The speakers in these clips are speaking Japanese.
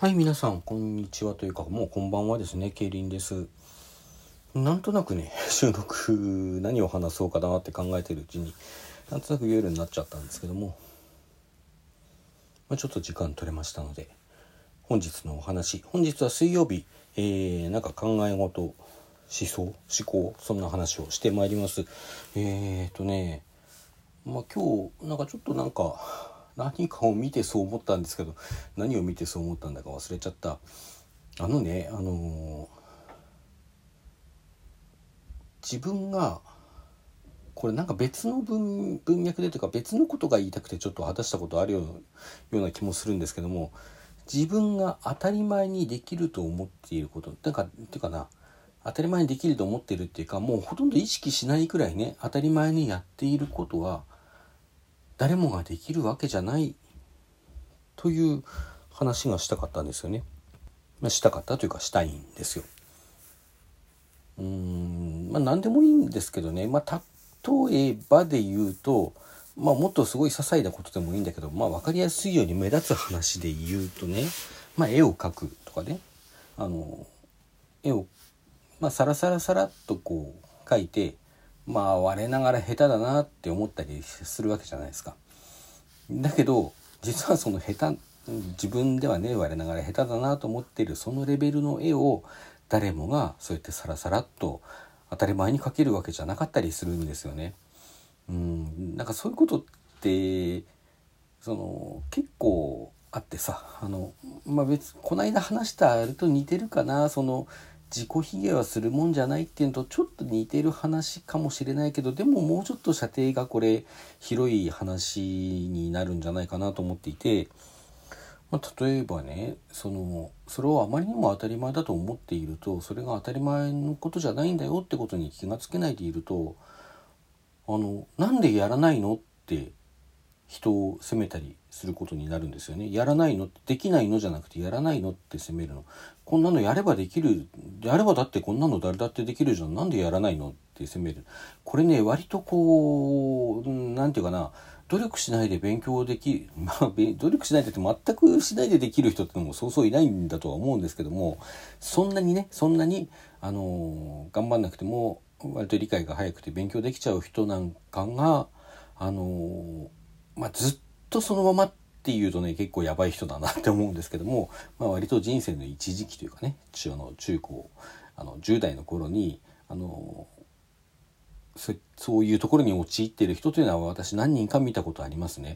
はい、皆さんこんにちはというかもうこんばんはですね。ケイリンです。なんとなくね収録何を話そうかなって考えてるうちになんとなく夜になっちゃったんですけども、ちょっと時間取れましたので本日のお話、本日は水曜日、なんか考え事、思考そんな話をしてまいります。今日なんかちょっと何かを見てそう思ったんですけど、何を見てそう思ったんだか忘れちゃった。自分がこれなんか別の文脈でというか別のことが言いたくてちょっと話したことあるような気もするんですけども、自分が当たり前にできると思っていることっていうかな、当たり前にできると思っているっていうか、もうほとんど意識しないくらいね、当たり前にやっていることは誰もができるわけじゃないという話がしたかったんですよね。したかったというかしたいんですよ。何でもいいんですけどね、例えばで言うと、もっとすごい些細なことでもいいんだけど、分かりやすいように目立つ話で言うとね、絵を描くとかね、絵を、サラサラサラっとこう描いて、我ながら下手だなって思ったりするわけじゃないですか。だけど実はその自分ではね我ながら下手だなと思っているそのレベルの絵を誰もがそうやってサラサラっと当たり前に描けるわけじゃなかったりするんですよね。なんかそういうことって結構あってさ、別この間話したあれと似てるかな。自己卑下はするもんじゃないっていうのとちょっと似てる話かもしれないけど、でももうちょっと射程がこれ広い話になるんじゃないかなと思っていて、例えばね、それをあまりにも当たり前だと思っていると、それが当たり前のことじゃないんだよってことに気がつけないでいると、なんでやらないのって人を責めたりすることになるんですよね。やらないの、できないのじゃなくてやらないのって責めるの。こんなのやればできる、やればだってこんなの誰だってできるじゃん、なんでやらないのって責める。これね、割となんていうかな、努力しないで勉強でき努力しないでって全くしないでできる人ってのもそうそういないんだとは思うんですけども、そんなに頑張んなくても割と理解が早くて勉強できちゃう人なんかがずっとそのままっていうとね結構やばい人だなって思うんですけども、割と人生の一時期というかね、中高10代の頃にそういうところに陥っている人というのは私何人か見たことありますね。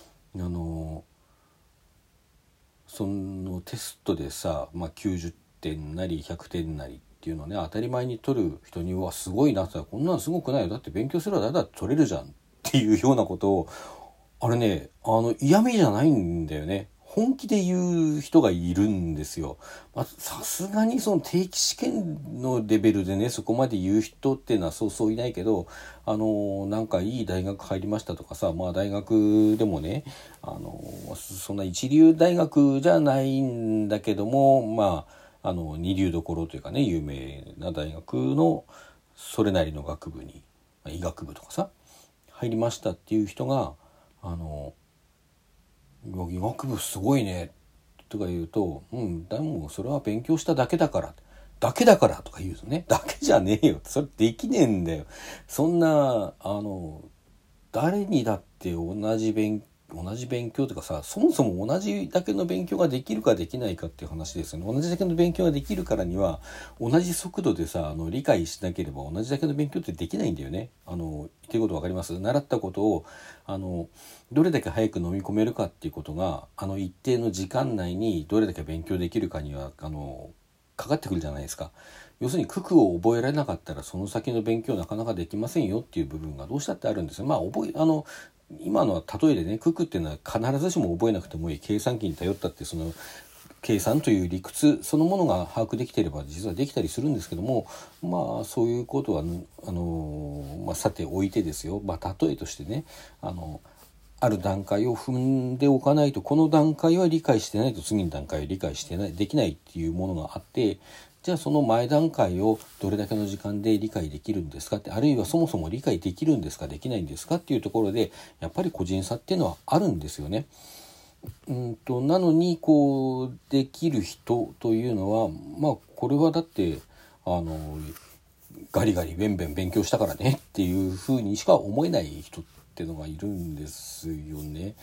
そのテストでさ、90点なり100点なりっていうのをね当たり前に取る人にはすごいなって、こんなのすごくないよ、だって勉強すれば誰だって取れるじゃんっていうようなことを、あれね、嫌味じゃないんだよね。本気で言う人がいるんですよ。さすがにその定期試験のレベルでねそこまで言う人っていうのはそうそういないけど、なんかいい大学入りましたとかさ、大学でもね、そんな一流大学じゃないんだけども、二流どころというかね、有名な大学のそれなりの学部に、医学部とかさ入りましたっていう人が医学部すごいねとか言うと、でもそれは勉強しただけだからとか言うとね、だけじゃねえよ、それできねえんだよ。そんな誰にだって同じ勉強とかさ、そもそも同じだけの勉強ができるかできないかっていう話ですよね。同じだけの勉強ができるからには同じ速度でさ理解しなければ同じだけの勉強ってできないんだよね。言ってること分かります？習ったことをどれだけ早く飲み込めるかっていうことが一定の時間内にどれだけ勉強できるかにはかかってくるじゃないですか。要するに九九を覚えられなかったらその先の勉強なかなかできませんよっていう部分がどうしたってあるんですよ。今のは例えでね、九九っていうのは必ずしも覚えなくてもいい、計算機に頼ったってその計算という理屈そのものが把握できていれば実はできたりするんですけども、そういうことはさておいてですよ。例えとしてね、ある段階を踏んでおかないと、この段階は理解してないと次の段階を理解してないできないっていうものがあって、じゃあその前段階をどれだけの時間で理解できるんですかって、あるいはそもそも理解できるんですかできないんですかっていうところでやっぱり個人差っていうのはあるんですよね。 なのにこうできる人というのはこれはだってガリガリベンベン勉強したからねっていうふうにしか思えない人っていうのがいるんですよね。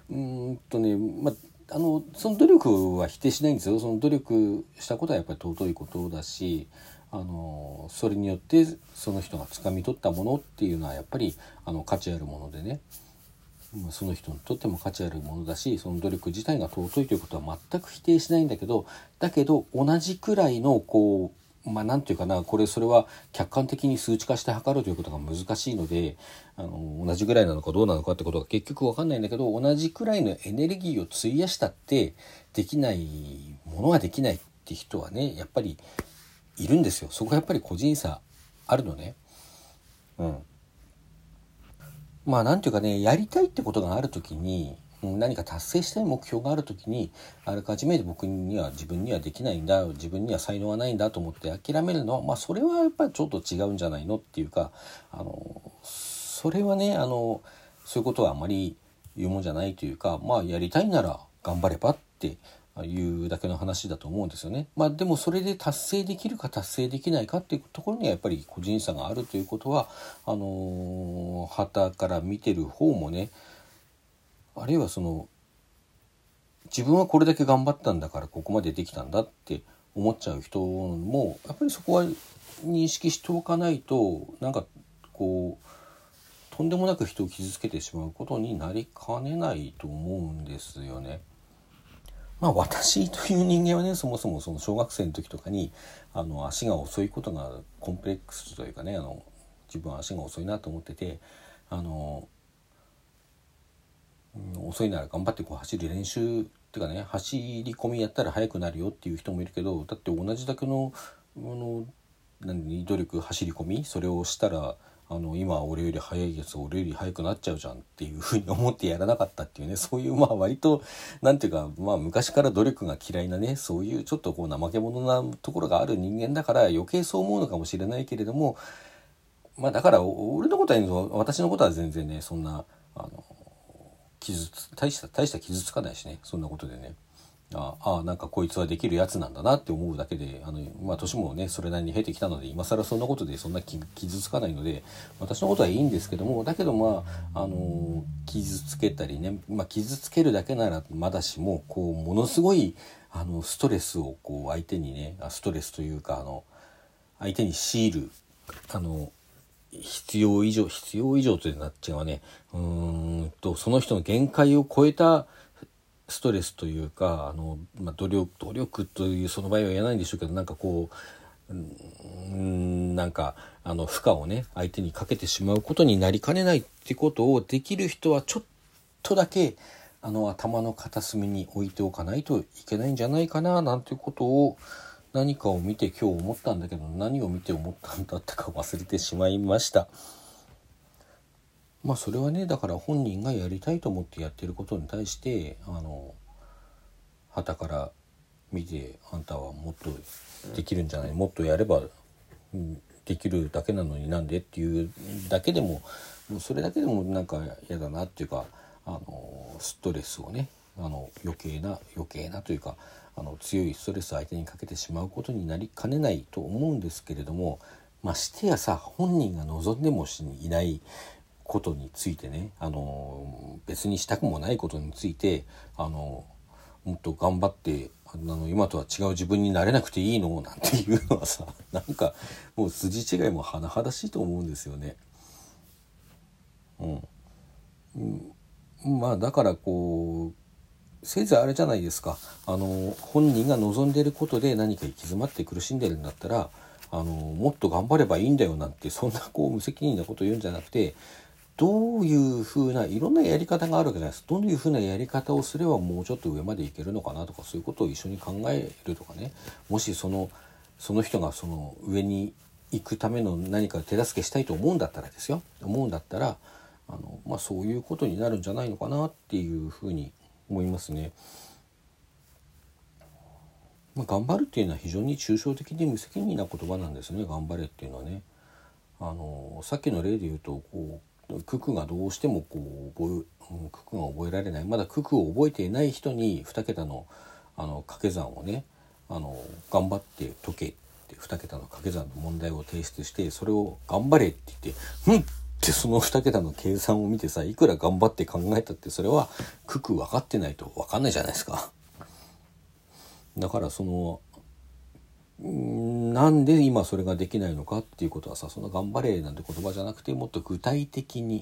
その努力は否定しないんですよ。その努力したことはやっぱり尊いことだし、それによってその人が掴み取ったものっていうのはやっぱり価値あるものでね、その人にとっても価値あるものだし、その努力自体が尊いということは全く否定しないんだけど、同じくらいのなんていうかな、それは客観的に数値化して測るということが難しいので、同じぐらいなのかどうなのかってことが結局分かんないんだけど、同じくらいのエネルギーを費やしたってできないものはできないって人はね、やっぱりいるんですよ。そこはやっぱり個人差あるのね。なんていうかね、やりたいってことがあるときに、何か達成したい目標があるときに、あらかじめ自分にはできないんだ、自分には才能はないんだと思って諦めるのは、それはやっぱりちょっと違うんじゃないのっていうか、それはね、そういうことはあまり言うもんじゃないというか、やりたいなら頑張ればっていうだけの話だと思うんですよね。でもそれで達成できるか達成できないかっていうところにはやっぱり個人差があるということは傍から見てる方もね、あるいは自分はこれだけ頑張ったんだからここまでできたんだって思っちゃう人もやっぱりそこは認識しておかないと、とんでもなく人を傷つけてしまうことになりかねないと思うんですよね。私という人間はね、そもそもその小学生の時とかに足が遅いことがコンプレックスというかね、自分は足が遅いなと思ってて、遅いなら頑張って走る練習っていうかね、走り込みやったら速くなるよっていう人もいるけど、だって同じだけの努力、走り込み、それをしたら今俺より速いやつ俺より速くなっちゃうじゃんっていうふうに思ってやらなかったっていうね、そういう割となんていうか昔から努力が嫌いなね、そういうちょっと怠け者なところがある人間だから余計そう思うのかもしれないけれども、だから俺のことは私のことは全然ね、そんな大した傷つかないしね、そんなことでね、なんかこいつはできるやつなんだなって思うだけで、年もねそれなりに経てきたので今更そんなことでそんな傷つかないので、私のことはいいんですけども、だけど傷つけたりね、傷つけるだけならまだしもものすごいストレスを相手にね、ストレスというか相手に強いる必要以上となっちゃうわね。その人の限界を超えたストレスというか努力というその場合は言えないんでしょうけど、負荷をね相手にかけてしまうことになりかねないってことをできる人はちょっとだけ頭の片隅に置いておかないといけないんじゃないかななんていうことを何かを見て今日思ったんだけど、何を見て思ったんだったか忘れてしまいました。それはね、だから本人がやりたいと思ってやってることに対して傍から見て、あんたはもっとできるんじゃない、もっとやればできるだけなのになんでっていうだけでも、それだけでもなんか嫌だなっていうか、ストレスをね余計なというか強いストレスを相手にかけてしまうことになりかねないと思うんですけれども、してや本人が望んでもいないことについてね、別にしたくもないことについてもっと頑張って今とは違う自分になれなくていいのなんていうのはさ、なんかもう筋違いも甚だしいと思うんですよね。だからせいぜいあれじゃないですか、本人が望んでいることで何か行き詰まって苦しんでるんだったらもっと頑張ればいいんだよなんて、そんな無責任なことを言うんじゃなくて、どういうふうないろんなやり方があるわけじゃないです。どういうふうなやり方をすればもうちょっと上までいけるのかなとか、そういうことを一緒に考えるとかね、もしその人がその上に行くための何か手助けしたいと思うんだったらですよ、そういうことになるんじゃないのかなっていうふうに思いますね。頑張るっていうのは非常に抽象的で無責任な言葉なんですね。頑張れっていうのはね、さっきの例で言うと九九がどうしても九九が覚えられない、まだ九九を覚えていない人に2桁の掛け算をね頑張って解けって2桁の掛け算の問題を提出して、それを頑張れって言ってってその2桁の計算を見てさ、いくら頑張って考えたってそれは九九分かってないと分かんないじゃないですか。だからなんで今それができないのかっていうことはさ、その頑張れなんて言葉じゃなくて、もっと具体的に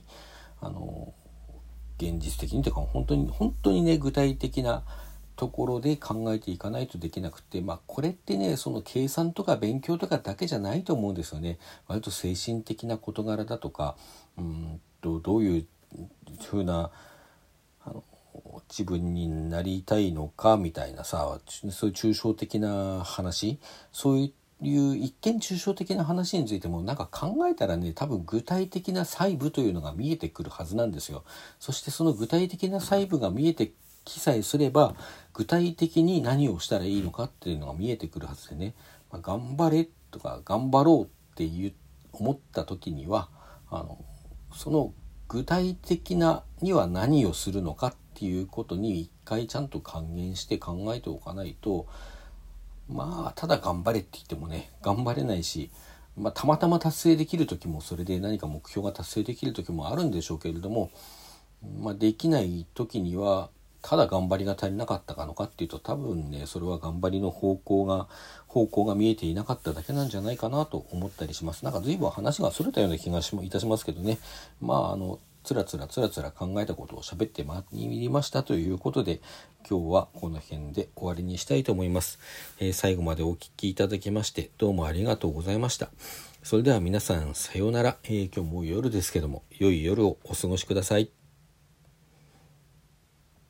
現実的にというか本当にね具体的なところで考えていかないとできなくて、これってねその計算とか勉強とかだけじゃないと思うんですよね。割と精神的な事柄だとかどういう風な自分になりたいのかみたいなさ、そういう抽象的な話、そういう一見抽象的な話についてもなんか考えたらね、多分具体的な細部というのが見えてくるはずなんですよ。そしてその具体的な細部が見えてきさえすれば、具体的に何をしたらいいのかっていうのが見えてくるはずでね、頑張れとか頑張ろうって思った時にはその具体的なには何をするのかっていうことに一回ちゃんと還元して考えておかないと、ただ頑張れって言ってもね頑張れないし、たまたま達成できる時もそれで何か目標が達成できる時もあるんでしょうけれども、できない時にはただ頑張りが足りなかったのかっていうと、多分ねそれは頑張りの方向が見えていなかっただけなんじゃないかなと思ったりします。なんか随分話がそれたような気がいたしますけどね。つらつら考えたことを喋ってまいりましたということで、今日はこの辺で終わりにしたいと思います。最後までお聞きいただきましてどうもありがとうございました。それでは皆さんさようなら。今日もう夜ですけども良い夜をお過ごしください。